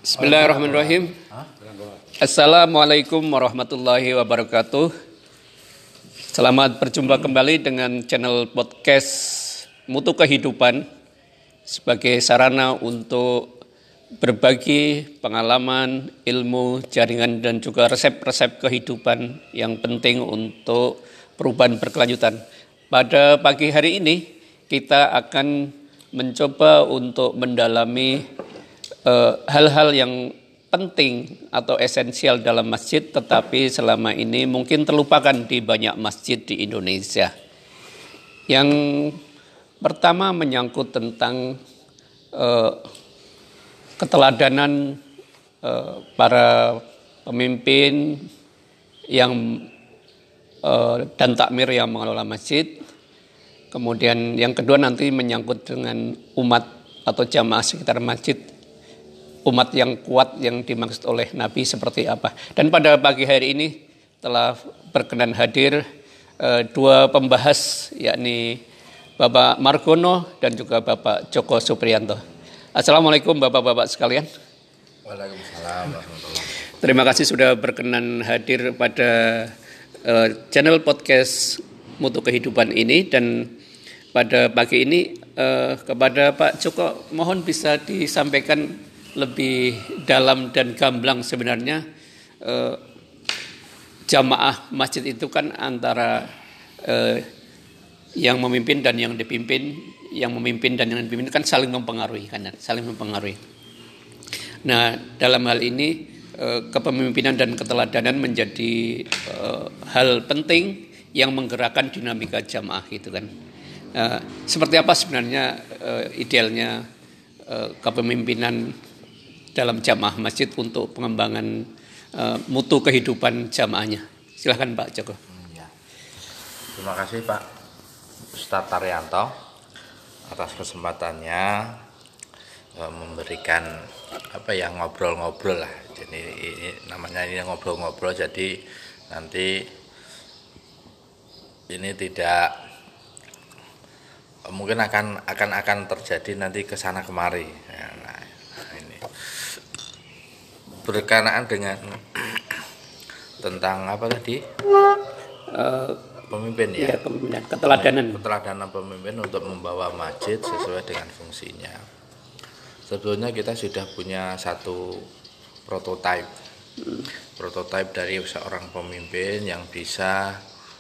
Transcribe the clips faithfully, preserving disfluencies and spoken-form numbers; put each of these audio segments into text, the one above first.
Bismillahirrahmanirrahim. Assalamualaikum warahmatullahi wabarakatuh. Selamat berjumpa kembali dengan channel podcast Mutu Kehidupan sebagai sarana untuk berbagi pengalaman, ilmu, jaringan dan juga resep-resep kehidupan yang penting untuk perubahan berkelanjutan. Pada pagi hari ini kita akan mencoba untuk mendalami Uh, hal-hal yang penting atau esensial dalam masjid tetapi selama ini mungkin terlupakan di banyak masjid di Indonesia. Yang pertama menyangkut tentang uh, keteladanan uh, para pemimpin yang uh, dan takmir yang mengelola masjid. Kemudian yang kedua nanti menyangkut dengan umat atau jamaah sekitar masjid, umat yang kuat yang dimaksud oleh Nabi seperti apa. Dan pada pagi hari ini telah berkenan hadir eh, dua pembahas, yakni Bapak Margono dan juga Bapak Joko Supriyanto. Assalamualaikum Bapak-Bapak sekalian. Waalaikumsalam. Terima kasih sudah berkenan hadir pada eh, channel podcast Mutu Kehidupan ini. Dan pada pagi ini eh, kepada Pak Joko mohon bisa disampaikan lebih dalam dan gamblang sebenarnya eh, jamaah masjid itu kan antara eh, yang memimpin dan yang dipimpin, yang memimpin dan yang dipimpin kan saling mempengaruhi kan, saling mempengaruhi. Nah dalam hal ini eh, kepemimpinan dan keteladanan menjadi eh, hal penting yang menggerakkan dinamika jamaah gitu kan. Eh, seperti apa sebenarnya eh, idealnya eh, kepemimpinan dalam jamaah masjid untuk pengembangan uh, mutu kehidupan jamaahnya. Silakan Pak Joko. Ya. Terima kasih Pak Ustadz Taryanto atas kesempatannya uh, memberikan apa ya ngobrol-ngobrol lah. Jadi ini, namanya ini ngobrol-ngobrol. Jadi nanti ini tidak mungkin akan akan akan terjadi nanti kesana kemari. Ya, nah, berkenaan dengan tentang apa tadi uh, pemimpin ya, ya kepemimpinan, keteladanan keteladanan pemimpin untuk membawa masjid sesuai dengan fungsinya. Sebetulnya kita sudah punya satu prototipe hmm. prototipe dari seorang pemimpin yang bisa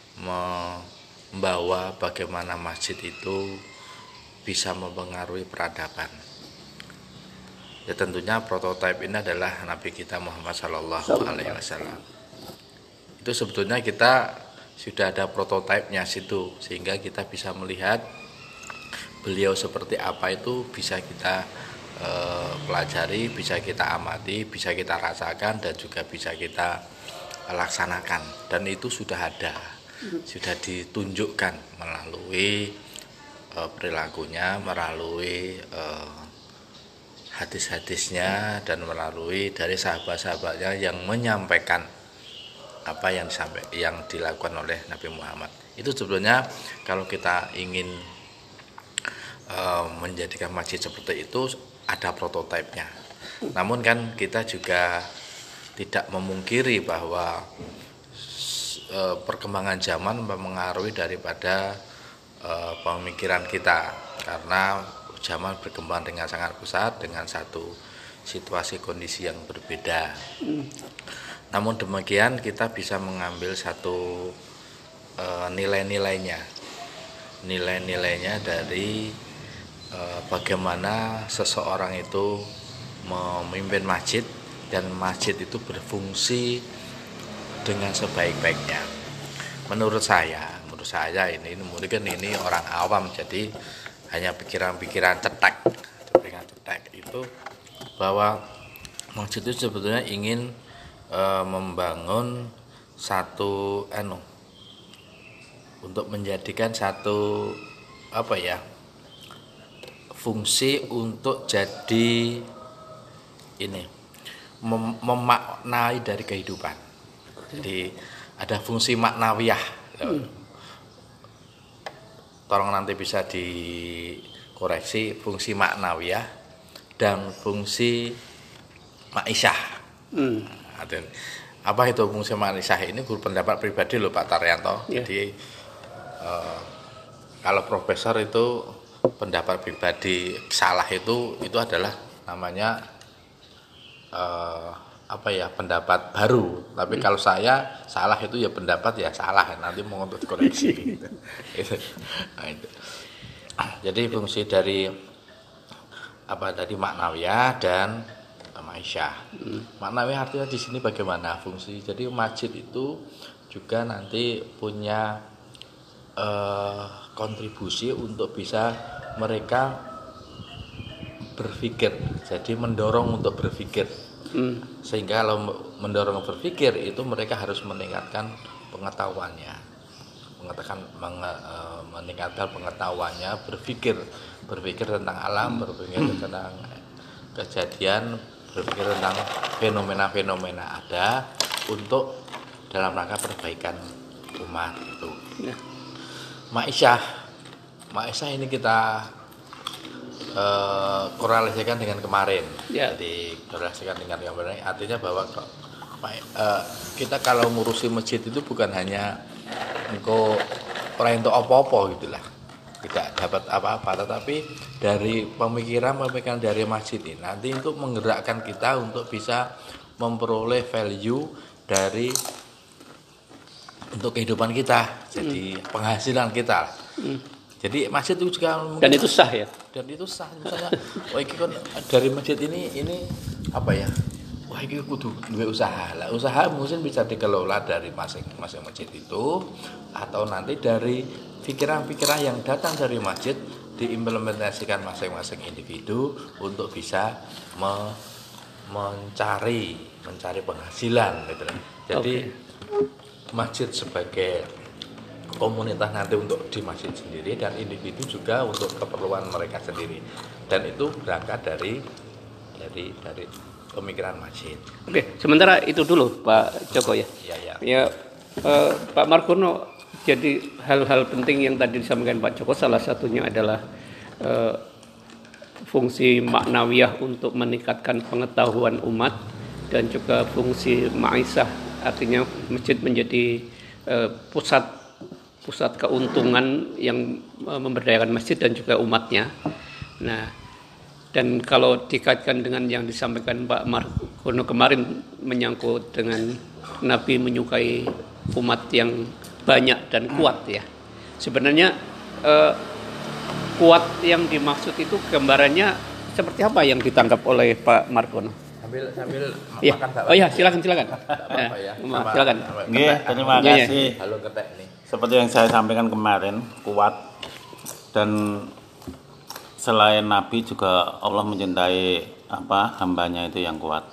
membawa bagaimana masjid itu bisa mempengaruhi peradaban. Ya tentunya prototipe ini adalah Nabi kita Muhammad Sallallahu Alaihi Wasallam. Itu sebetulnya kita sudah ada prototipenya situ, sehingga kita bisa melihat beliau seperti apa itu bisa kita eh, pelajari, bisa kita amati, bisa kita rasakan dan juga bisa kita laksanakan. Dan itu sudah ada, sudah ditunjukkan melalui eh, perilakunya, melalui eh, hadis-hadisnya dan melalui dari sahabat-sahabatnya yang menyampaikan apa yang disampaikan yang dilakukan oleh Nabi Muhammad. Itu sebetulnya kalau kita ingin uh, menjadikan masjid seperti itu ada prototipenya. Namun kan kita juga tidak memungkiri bahwa uh, perkembangan zaman mempengaruhi daripada uh, pemikiran kita, karena zaman berkembang dengan sangat pesat dengan satu situasi kondisi yang berbeda. Hmm. Namun demikian kita bisa mengambil satu e, nilai-nilainya, nilai-nilainya dari e, bagaimana seseorang itu memimpin masjid dan masjid itu berfungsi dengan sebaik-baiknya. Menurut saya, menurut saya ini, mungkin ini orang awam jadi hanya pikiran-pikiran cetek, pikiran cetek itu bahwa masjid itu sebetulnya ingin e, membangun satu anu untuk menjadikan satu apa ya fungsi untuk jadi ini mem- memaknai dari kehidupan. Jadi ada fungsi maknawiyah. Hmm. Tolong nanti bisa dikoreksi fungsi maknawiyah dan fungsi ma'isyah. Hmm. Apa itu fungsi ma'isyah ini? Guru pendapat pribadi loh Pak Taryanto. Yeah. Jadi eh, kalau profesor itu pendapat pribadi salah itu itu adalah namanya eh, apa ya, pendapat baru. Tapi hmm. kalau saya salah itu ya pendapat ya salah, nanti mau untuk dikoreksi. Nah, itu. Jadi fungsi dari apa tadi maknawiyah dan ma'isyah. Hmm. Maknawiyah artinya di sini bagaimana fungsi. Jadi masjid itu juga nanti punya eh, kontribusi untuk bisa mereka berpikir. Jadi mendorong untuk berpikir. Hmm. Sehingga kalau mendorong berpikir itu mereka harus meningkatkan pengetahuannya. Mengatakan menge, uh, meningkatkan pengetahuannya, berpikir berpikir tentang alam, berpikir tentang kejadian, berpikir tentang fenomena-fenomena ada untuk dalam rangka perbaikan umat itu. Ya. Ma'isyah, Ma'isyah ini kita uh, korelasikan dengan kemarin. Ya. Jadi korelasikan dengan kemarin artinya bahwa uh, kita kalau ngurusi masjid itu bukan hanya engkau orang itu apa-apa gitulah, tidak dapat apa-apa, tetapi dari pemikiran-pemikiran dari masjid ini nanti untuk menggerakkan kita untuk bisa memperoleh value dari untuk kehidupan kita, jadi hmm. penghasilan kita. Hmm. Jadi masjid itu juga dan itu sah ya. Dan itu sah misalnya, wah ini kan dari masjid ini ini apa ya? Wah ini kudu dua usaha lah. Usaha mungkin bisa dikelola dari masing-masing masjid itu, atau nanti dari pikiran-pikiran yang datang dari masjid diimplementasikan masing-masing individu untuk bisa me- mencari mencari penghasilan gitu. Jadi okay. Masjid sebagai komunitas nanti untuk di masjid sendiri dan individu juga untuk keperluan mereka sendiri. Dan itu berangkat dari dari dari pemikiran masjid. Oke, sementara itu dulu Pak Joko ya. Iya, ya. Ya, eh, Pak Margono, jadi hal-hal penting yang tadi disampaikan Pak Joko salah satunya adalah eh, fungsi maknawiyah untuk meningkatkan pengetahuan umat dan juga fungsi ma'isyah, artinya masjid menjadi eh, pusat pusat keuntungan yang eh, memberdayakan masjid dan juga umatnya. Nah, dan kalau dikaitkan dengan yang disampaikan Pak Margono kemarin menyangkut dengan Nabi menyukai umat yang banyak dan kuat ya. Sebenarnya eh, kuat yang dimaksud itu gambarannya seperti apa yang ditangkap oleh Pak Margono? Sambil sambil ya. makan bakwan. Oh iya, silakan silakan. Ya, sama, silakan. Nggih, terima kasih. Halo ketek nih. Seperti yang saya sampaikan kemarin, kuat dan selain Nabi juga Allah mencintai apa hambanya itu yang kuat.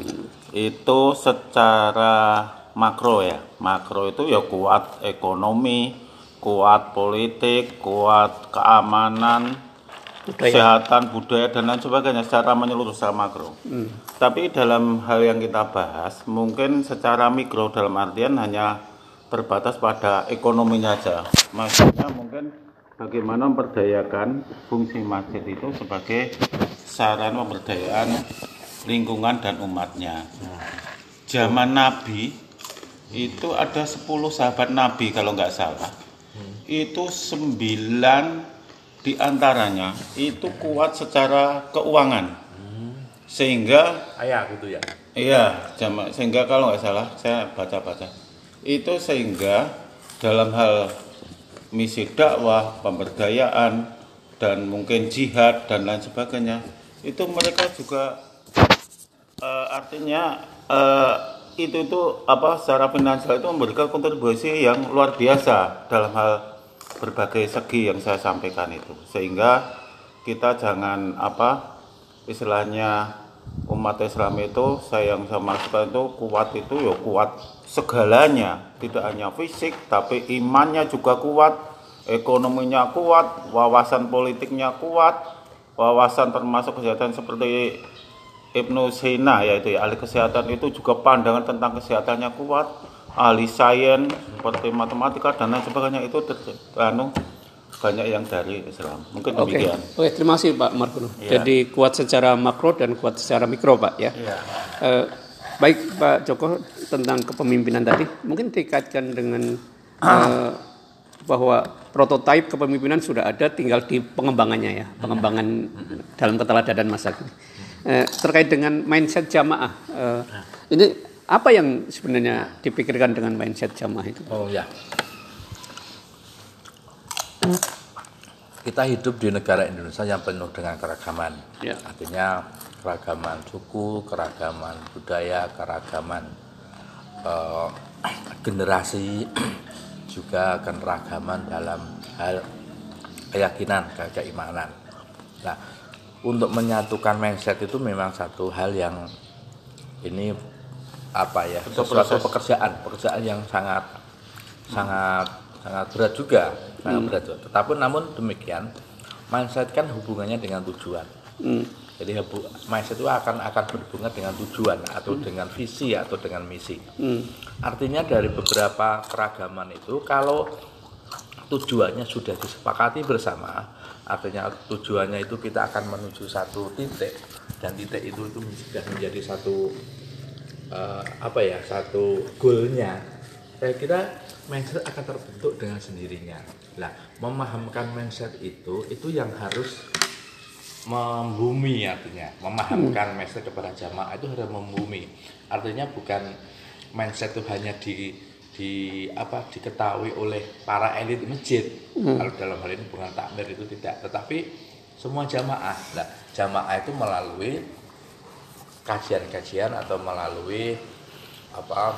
Itu secara makro ya. Makro itu ya kuat ekonomi, kuat politik, kuat keamanan, budaya. Kesehatan, budaya dan lain sebagainya secara menyeluruh secara makro. Hmm. Tapi dalam hal yang kita bahas mungkin secara mikro dalam artian hanya terbatas pada ekonominya saja. Maksudnya mungkin bagaimana memperdayakan fungsi masjid itu sebagai sarana pemberdayaan lingkungan dan umatnya. Zaman Nabi itu ada sepuluh sahabat Nabi kalau nggak salah. Itu sembilan diantaranya itu kuat secara keuangan. Sehingga ayah gitu ya. Iya, jama, sehingga kalau nggak salah saya baca-baca. Itu sehingga dalam hal misi dakwah, pemberdayaan, dan mungkin jihad dan lain sebagainya, itu mereka juga uh, artinya uh, itu itu apa secara finansial itu memberikan kontribusi yang luar biasa dalam hal berbagai segi yang saya sampaikan itu, sehingga kita jangan apa istilahnya umat Islam itu saya yang sama sekali itu kuat itu ya kuat segalanya, tidak hanya fisik tapi imannya juga kuat, ekonominya kuat, wawasan politiknya kuat, wawasan termasuk kesehatan seperti Ibnu Sina yaitu ya, ahli kesehatan itu juga pandangan tentang kesehatannya kuat, ahli sains seperti matematika dan lain sebagainya itu anu banyak yang dari Islam. Mungkin Oke, demikian. Oke, terima kasih Pak Margono. Ya. Jadi kuat secara makro dan kuat secara mikro, Pak ya. Ya. Eh, baik Pak Joko, tentang kepemimpinan tadi, mungkin dikaitkan dengan eh, bahwa prototipe kepemimpinan sudah ada, tinggal di pengembangannya ya, pengembangan dalam keteladanan masa kini. Eh, terkait dengan mindset jamaah, eh, ini apa yang sebenarnya dipikirkan dengan mindset jamaah itu? Oh ya. Kita hidup di negara Indonesia yang penuh dengan keragaman. Ya. Artinya keragaman suku, keragaman budaya, keragaman eh, generasi, juga keragaman dalam hal keyakinan, keimanan. Nah, untuk menyatukan mindset itu memang satu hal yang ini apa ya, suatu pekerjaan, pekerjaan yang sangat sangat sangat berat juga, sangat hmm. berat juga. Tetapi namun demikian, mindset kan hubungannya dengan tujuan. Hmm. Jadi mindset itu akan akan berhubungan dengan tujuan atau hmm. dengan visi atau dengan misi. Hmm. Artinya dari beberapa keragaman itu, kalau tujuannya sudah disepakati bersama, artinya tujuannya itu kita akan menuju satu titik, dan titik itu itu sudah menjadi satu uh, apa ya, satu goalnya. Saya kira mindset akan terbentuk dengan sendirinya. Nah, memahamkan mindset itu, itu yang harus membumi, artinya memahamkan mindset kepada jamaah itu harus membumi. Artinya bukan mindset itu hanya di di apa diketahui oleh para elit masjid. Hmm. Kalau dalam hal ini bukan takmir itu tidak, tetapi semua jamaah. Nah, jamaah itu melalui kajian-kajian atau melalui apa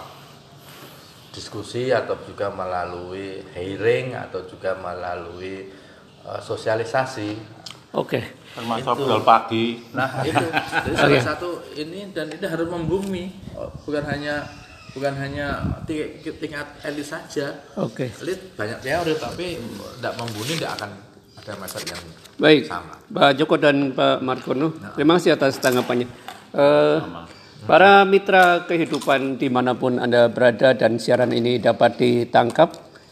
diskusi atau juga melalui hearing atau juga melalui uh, sosialisasi. Oke. Okay. Termasuk bel pagi. Nah itu, jadi salah okay. satu ini, dan ini harus membumi, bukan hanya bukan hanya tingkat elit saja. Oke. Okay. Elit banyak teori, tapi tidak membumi tidak akan ada masalah yang baik. Sama. Pak Joko dan Pak Margono, nah. terima kasih atas tanggapannya. Uh, para mitra kehidupan dimanapun Anda berada dan siaran ini dapat ditangkap,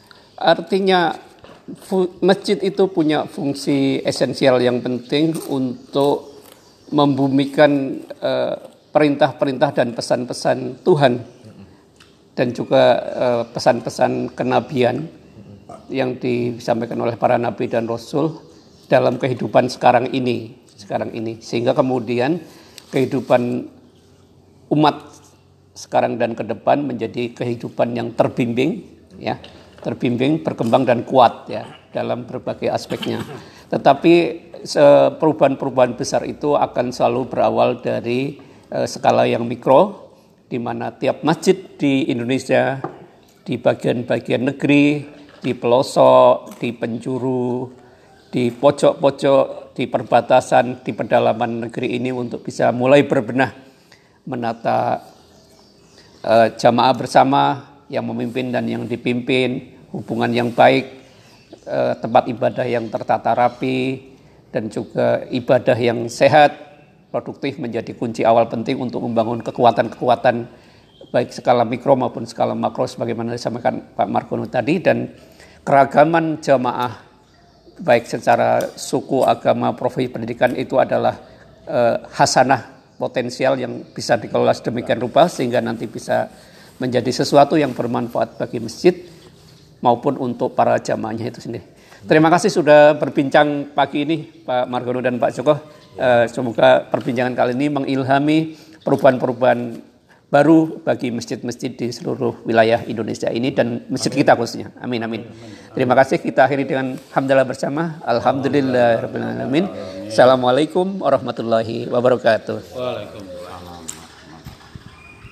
artinya masjid itu punya fungsi esensial yang penting untuk membumikan uh, perintah-perintah dan pesan-pesan Tuhan, dan juga uh, pesan-pesan kenabian yang disampaikan oleh para nabi dan rasul dalam kehidupan sekarang ini, sekarang ini, sehingga kemudian kehidupan umat sekarang dan ke depan menjadi kehidupan yang terbimbing, ya. terbimbing, berkembang dan kuat ya dalam berbagai aspeknya. Tetapi perubahan-perubahan besar itu akan selalu berawal dari uh, skala yang mikro, di mana tiap masjid di Indonesia, di bagian-bagian negeri, di pelosok, di penjuru, di pojok-pojok, di perbatasan, di pedalaman negeri ini untuk bisa mulai berbenah menata uh, jamaah bersama yang memimpin dan yang dipimpin, hubungan yang baik, eh, tempat ibadah yang tertata rapi, dan juga ibadah yang sehat, produktif menjadi kunci awal penting untuk membangun kekuatan-kekuatan baik skala mikro maupun skala makro sebagaimana disampaikan Pak Margono tadi. Dan keragaman jamaah baik secara suku, agama, profesi pendidikan itu adalah eh, hasanah potensial yang bisa dikelola sedemikian rupa sehingga nanti bisa menjadi sesuatu yang bermanfaat bagi masjid maupun untuk para jamaahnya itu sendiri. Terima kasih sudah berbincang pagi ini Pak Margono dan Pak Joko. Uh, semoga perbincangan kali ini mengilhami perubahan-perubahan baru bagi masjid-masjid di seluruh wilayah Indonesia ini dan masjid amin. Kita khususnya. Amin amin. Terima kasih, kita akhiri dengan hamdalah bersama. Alhamdulillahirabbil alamin. Assalamualaikum warahmatullahi wabarakatuh. Waalaikumsalam.